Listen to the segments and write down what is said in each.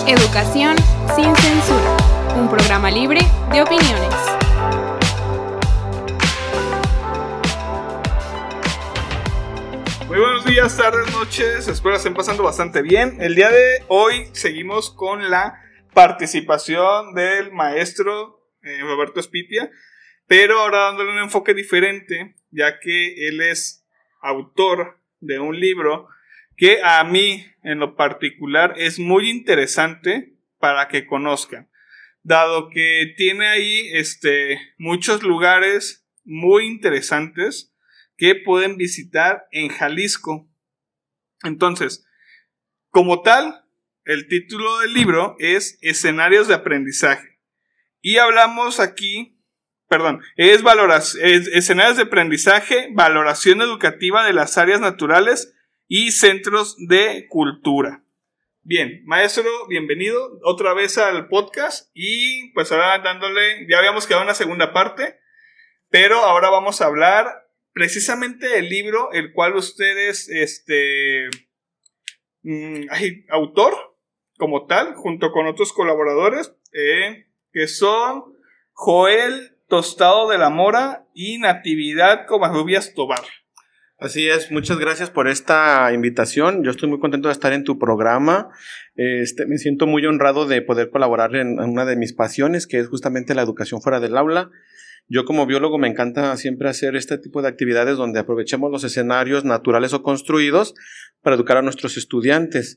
Educación sin censura, un programa libre de opiniones. Muy buenos días, tardes, noches, espero estén pasando bastante bien. El día de hoy seguimos con la participación del maestro Roberto Spitia, pero ahora dándole un enfoque diferente, ya que él es autor de un libro que a mí en lo particular es muy interesante para que conozcan, dado que tiene ahí muchos lugares muy interesantes que pueden visitar en Jalisco. Entonces, como tal, el título del libro es Escenarios de Aprendizaje. Y hablamos aquí, escenarios de aprendizaje, valoración educativa de las áreas naturales y centros de cultura. Bien, maestro, bienvenido otra vez al podcast y pues ahora ya habíamos quedado en la segunda parte, pero ahora vamos a hablar precisamente del libro, el cual usted es autor como tal, junto con otros colaboradores, que son Joel Tostado de la Mora y Natividad Covarrubias Tobar. Así es, muchas gracias por esta invitación. Yo estoy muy contento de estar en tu programa. Me siento muy honrado de poder colaborar en una de mis pasiones, que es justamente la educación fuera del aula. Yo como biólogo me encanta siempre hacer este tipo de actividades donde aprovechemos los escenarios naturales o construidos para educar a nuestros estudiantes.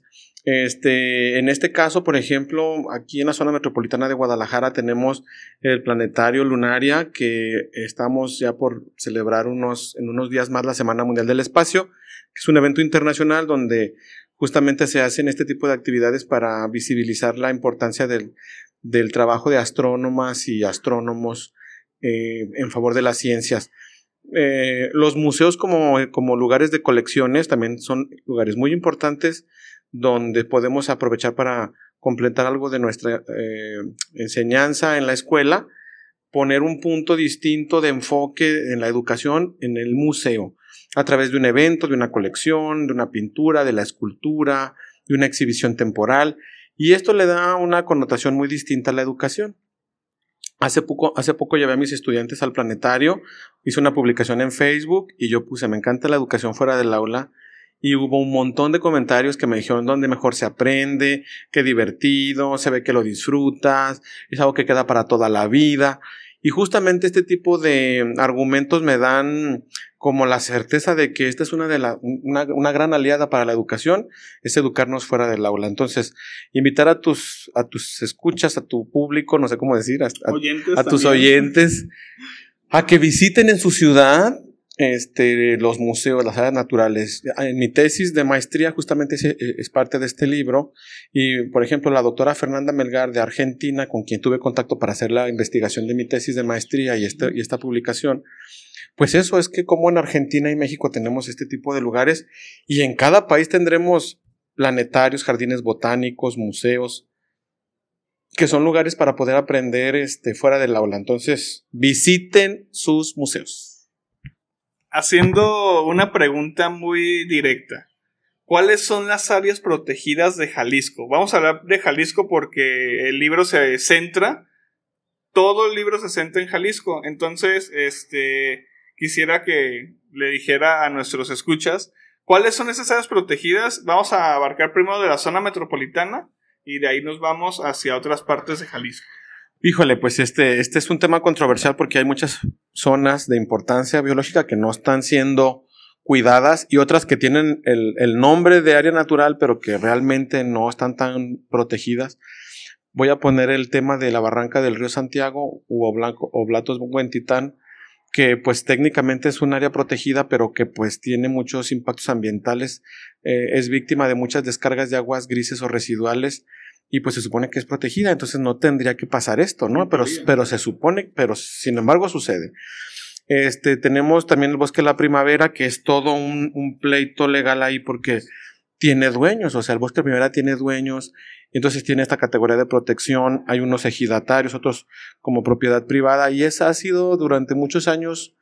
En este caso, por ejemplo, aquí en la zona metropolitana de Guadalajara tenemos el Planetario Lunaria, que estamos ya por celebrar en unos días más la Semana Mundial del Espacio, que es un evento internacional donde justamente se hacen este tipo de actividades para visibilizar la importancia del trabajo de astrónomas y astrónomos en favor de las ciencias. Los museos como lugares de colecciones también son lugares muy importantes donde podemos aprovechar para completar algo de nuestra enseñanza en la escuela, poner un punto distinto de enfoque en la educación en el museo, a través de un evento, de una colección, de una pintura, de la escultura, de una exhibición temporal, y esto le da una connotación muy distinta a la educación. Hace poco llevé a mis estudiantes al planetario, hice una publicación en Facebook y yo puse, me encanta la educación fuera del aula, y hubo un montón de comentarios que me dijeron dónde mejor se aprende, qué divertido, se ve que lo disfrutas, es algo que queda para toda la vida. Y justamente este tipo de argumentos me dan como la certeza de que esta es una gran aliada para la educación, es educarnos fuera del aula. Entonces, invitar a tus escuchas, a tu público, no sé cómo decir, a tus oyentes, a que visiten en su ciudad los museos, las áreas naturales. En mi tesis de maestría justamente es parte de este libro, y por ejemplo la doctora Fernanda Melgar de Argentina, con quien tuve contacto para hacer la investigación de mi tesis de maestría y esta publicación, pues eso es que como en Argentina y México tenemos este tipo de lugares, y en cada país tendremos planetarios, jardines botánicos, museos, que son lugares para poder aprender fuera del aula. Entonces visiten sus museos. Haciendo una pregunta muy directa, ¿cuáles son las áreas protegidas de Jalisco? Vamos a hablar de Jalisco porque el libro todo el libro se centra en Jalisco. Entonces, quisiera que le dijera a nuestros escuchas, ¿cuáles son esas áreas protegidas? Vamos a abarcar primero de la zona metropolitana y de ahí nos vamos hacia otras partes de Jalisco. Híjole, pues este es un tema controversial porque hay muchas zonas de importancia biológica que no están siendo cuidadas y otras que tienen el nombre de área natural pero que realmente no están tan protegidas. Voy a poner el tema de la barranca del río Santiago o Oblatos Huentitán, que pues técnicamente es un área protegida pero que pues tiene muchos impactos ambientales, es víctima de muchas descargas de aguas grises o residuales, y pues se supone que es protegida, entonces no tendría que pasar esto, ¿no? Pero se supone, pero sin embargo sucede. Tenemos también el Bosque de la Primavera, que es todo un pleito legal ahí porque tiene dueños, o sea, el Bosque de la Primavera tiene dueños, entonces tiene esta categoría de protección, hay unos ejidatarios, otros como propiedad privada, y esa ha sido durante muchos años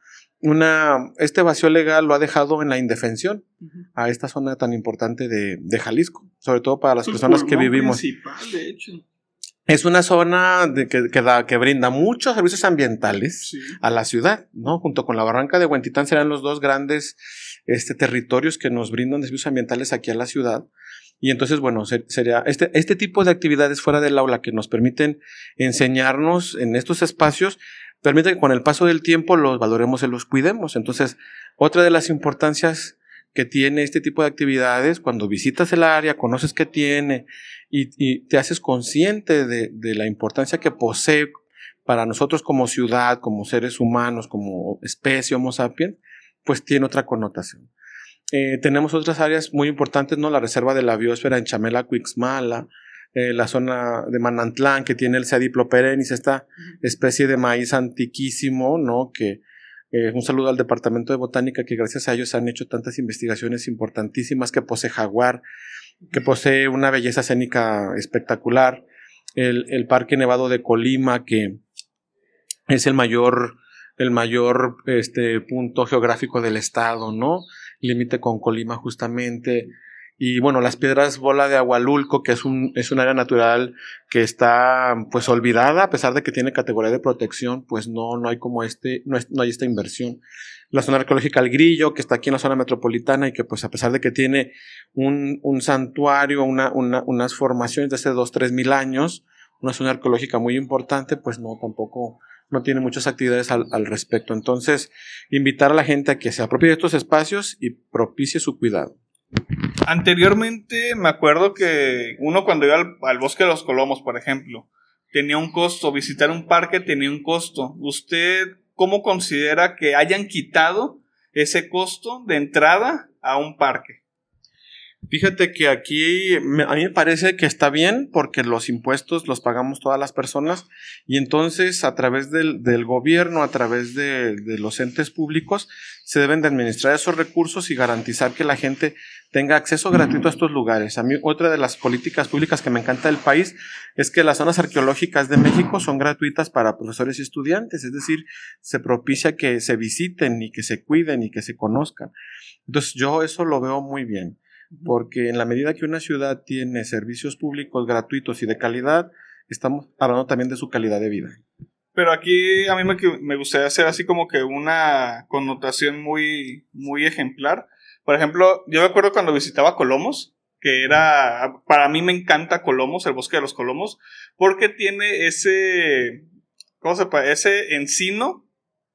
este vacío legal lo ha dejado en la indefensión a esta zona tan importante de Jalisco. sobre todo para las personas que vivimos. Principal, de hecho. Es una zona que brinda muchos servicios ambientales, sí, a la ciudad, ¿no? Junto con la Barranca de Huentitán serán los dos grandes territorios que nos brindan servicios ambientales aquí a la ciudad. Y entonces, bueno, sería este tipo de actividades fuera del aula que nos permiten enseñarnos en estos espacios, permite que con el paso del tiempo los valoremos y los cuidemos. Entonces, otra de las importancias que tiene este tipo de actividades, cuando visitas el área, conoces qué tiene y te haces consciente de la importancia que posee para nosotros como ciudad, como seres humanos, como especie Homo sapiens, pues tiene otra connotación. Tenemos otras áreas muy importantes, ¿no? La reserva de la biosfera en Chamela, Cuixmala, la zona de Manantlán, que tiene el Cediplo perennis, esta especie de maíz antiquísimo, ¿no? Que un saludo al Departamento de Botánica, que gracias a ellos han hecho tantas investigaciones importantísimas, que posee jaguar, que posee una belleza escénica espectacular. El Parque Nevado de Colima, que es el mayor punto geográfico del estado, ¿no? Límite con Colima justamente. Y bueno, las Piedras Bola de Agualulco, que es un área natural que está pues olvidada, a pesar de que tiene categoría de protección, pues no hay como no hay esta inversión. La zona arqueológica El Grillo, que está aquí en la zona metropolitana y que pues a pesar de que tiene un santuario, unas formaciones de hace 2-3 mil años, una zona arqueológica muy importante, pues tampoco no tiene muchas actividades al respecto. Entonces, invitar a la gente a que se apropie de estos espacios y propicie su cuidado. Anteriormente me acuerdo que uno cuando iba al Bosque de los Colomos, por ejemplo, tenía un costo, visitar un parque tenía un costo. ¿Usted cómo considera que hayan quitado ese costo de entrada a un parque? Fíjate que aquí a mí me parece que está bien porque los impuestos los pagamos todas las personas y entonces a través del gobierno, a través de los entes públicos se deben de administrar esos recursos y garantizar que la gente tenga acceso gratuito a estos lugares. A mí otra de las políticas públicas que me encanta del país es que las zonas arqueológicas de México son gratuitas para profesores y estudiantes, es decir, se propicia que se visiten y que se cuiden y que se conozcan. Entonces yo eso lo veo muy bien. Porque en la medida que una ciudad tiene servicios públicos gratuitos y de calidad, estamos hablando también de su calidad de vida. Pero aquí a mí me gustaría hacer así como que una connotación muy, muy ejemplar. Por ejemplo, yo me acuerdo cuando visitaba Colomos, para mí me encanta Colomos, el Bosque de los Colomos, porque tiene ese encino,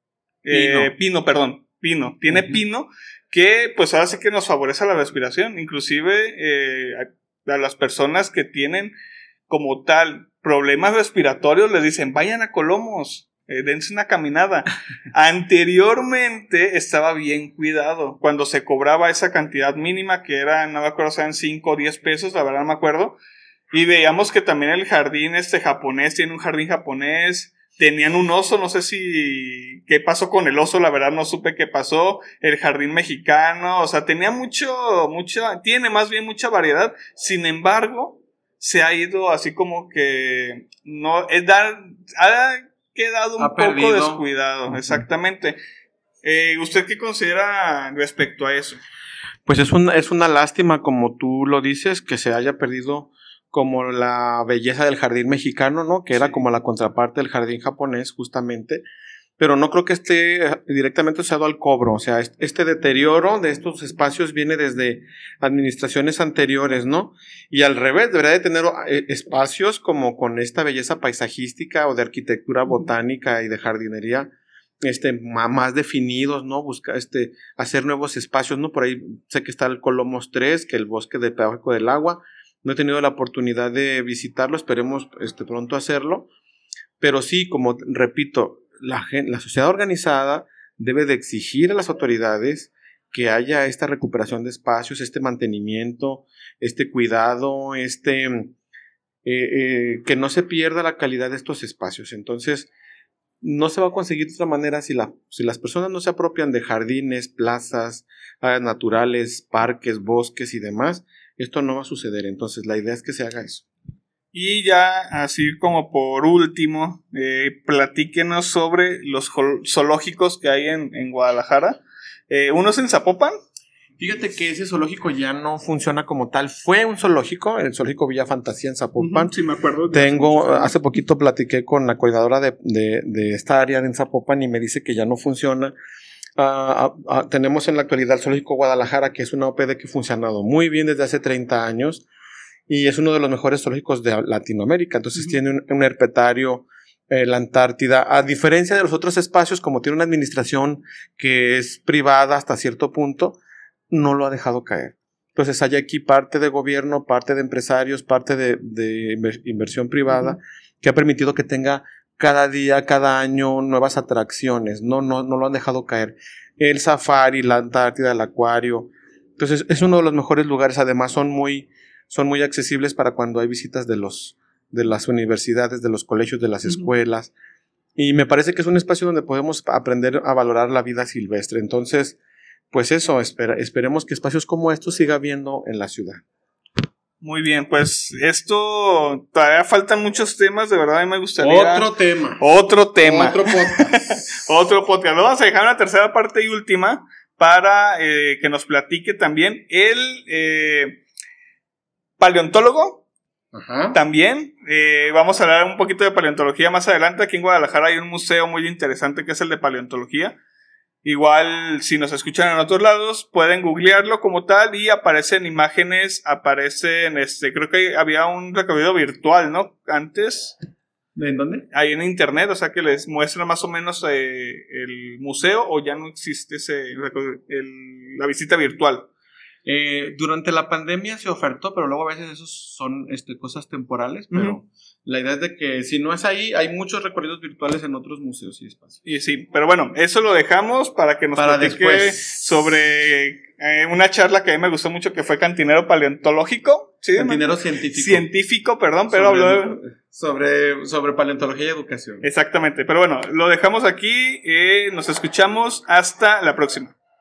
pino, tiene pino, que pues ahora sí que nos favorece la respiración, inclusive a las personas que tienen como tal problemas respiratorios les dicen vayan a Colomos, dense una caminada. Anteriormente estaba bien cuidado, cuando se cobraba esa cantidad mínima que era, no me acuerdo si eran 5 o 10 pesos, la verdad no me acuerdo, y veíamos que también el jardín japonés tiene un jardín japonés. Tenían un oso, no sé qué pasó con el oso, la verdad no supe qué pasó. El jardín mexicano, o sea, tiene más bien mucha variedad. Sin embargo, se ha ido así como que ha quedado un poco descuidado, exactamente. ¿Usted qué considera respecto a eso? Pues es una lástima, como tú lo dices, que se haya perdido como la belleza del jardín mexicano, ¿no? Que era como la contraparte del jardín japonés, justamente, pero no creo que esté directamente asociado al cobro, o sea, este deterioro de estos espacios viene desde administraciones anteriores, ¿no? Y al revés, debería de tener espacios como con esta belleza paisajística o de arquitectura botánica y de jardinería, más definidos, ¿no? Hacer nuevos espacios, ¿no? Por ahí sé que está el Colomos 3, que el bosque de Pedagógico del Agua. No he tenido la oportunidad de visitarlo, esperemos pronto hacerlo, pero sí, como repito, la sociedad organizada debe de exigir a las autoridades que haya esta recuperación de espacios, este mantenimiento, este cuidado, que no se pierda la calidad de estos espacios. Entonces, no se va a conseguir de otra manera si las personas no se apropian de jardines, plazas, áreas naturales, parques, bosques y demás. Esto no va a suceder, entonces la idea es que se haga eso. Y ya así como por último, platíquenos sobre los zoológicos que hay en Guadalajara. ¿Uno es en Zapopan? Fíjate que ese zoológico ya no funciona como tal. Fue un zoológico, el zoológico Villa Fantasía en Zapopan. Sí, me acuerdo. Hace poquito platiqué con la coordinadora de esta área en Zapopan y me dice que ya no funciona. Tenemos en la actualidad el zoológico Guadalajara, que es una OPD que ha funcionado muy bien desde hace 30 años y es uno de los mejores zoológicos de Latinoamérica. Entonces tiene un herpetario, la Antártida, a diferencia de los otros espacios, como tiene una administración que es privada hasta cierto punto, no lo ha dejado caer. Entonces hay aquí parte de gobierno, parte de empresarios, parte de inversión privada, que ha permitido que tenga cada día, cada año nuevas atracciones. No lo han dejado caer. El safari, la Antártida, el acuario. Entonces es uno de los mejores lugares. Además son muy accesibles para cuando hay visitas de las universidades, de los colegios, de las escuelas. Y me parece que es un espacio donde podemos aprender a valorar la vida silvestre. Entonces, pues eso, esperemos que espacios como estos siga habiendo en la ciudad. Muy bien, pues esto, todavía faltan muchos temas, de verdad a mí me gustaría... Otro tema. Otro podcast. Otro podcast. Lo vamos a dejar una tercera parte y última para que nos platique también el paleontólogo. Ajá. También vamos a hablar un poquito de paleontología más adelante. Aquí en Guadalajara hay un museo muy interesante que es el de paleontología. Igual, si nos escuchan en otros lados, pueden googlearlo como tal y aparecen imágenes, creo que había un recorrido virtual, ¿no? Antes. ¿En dónde? Ahí en internet, o sea que les muestra más o menos el museo, o ya no existe la visita virtual. Durante la pandemia se ofertó, pero luego a veces esos son cosas temporales, pero la idea es de que si no es ahí, hay muchos recorridos virtuales en otros museos y espacios. Y sí, pero bueno, eso lo dejamos para que nos platique después sobre una charla que a mí me gustó mucho, que fue Cantinero Paleontológico. ¿Sí? Cantinero científico. Científico, perdón, pero habló sobre paleontología y educación. Exactamente, pero bueno, lo dejamos aquí, nos escuchamos, hasta la próxima.